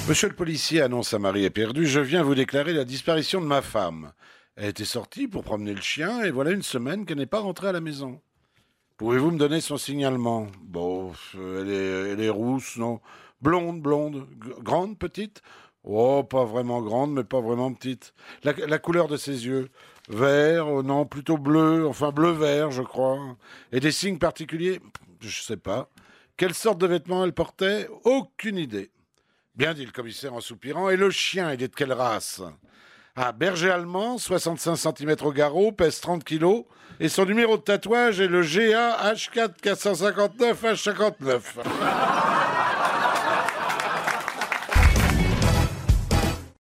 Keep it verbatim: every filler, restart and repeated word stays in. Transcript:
Monsieur le policier, annonce à Marie éperdue, je viens vous déclarer la disparition de ma femme. Elle était sortie pour promener le chien et voilà une semaine qu'elle n'est pas rentrée à la maison. Pouvez-vous me donner son signalement? Bon, elle est, elle est rousse, non? Blonde, blonde, G- grande, petite? Oh, pas vraiment grande, mais pas vraiment petite. La, la couleur de ses yeux? Vert, oh non, plutôt bleu, enfin bleu-vert, je crois. Et des signes particuliers? Je sais pas. Quelle sorte de vêtements elle portait? Aucune idée. Bien dit le commissaire en soupirant. Et le chien, il est de quelle race? Ah, berger allemand, soixante-cinq centimètres au garrot, pèse trente kilos. Et son numéro de tatouage est le G A H quatre quatre cent cinquante-neuf H cinquante-neuf.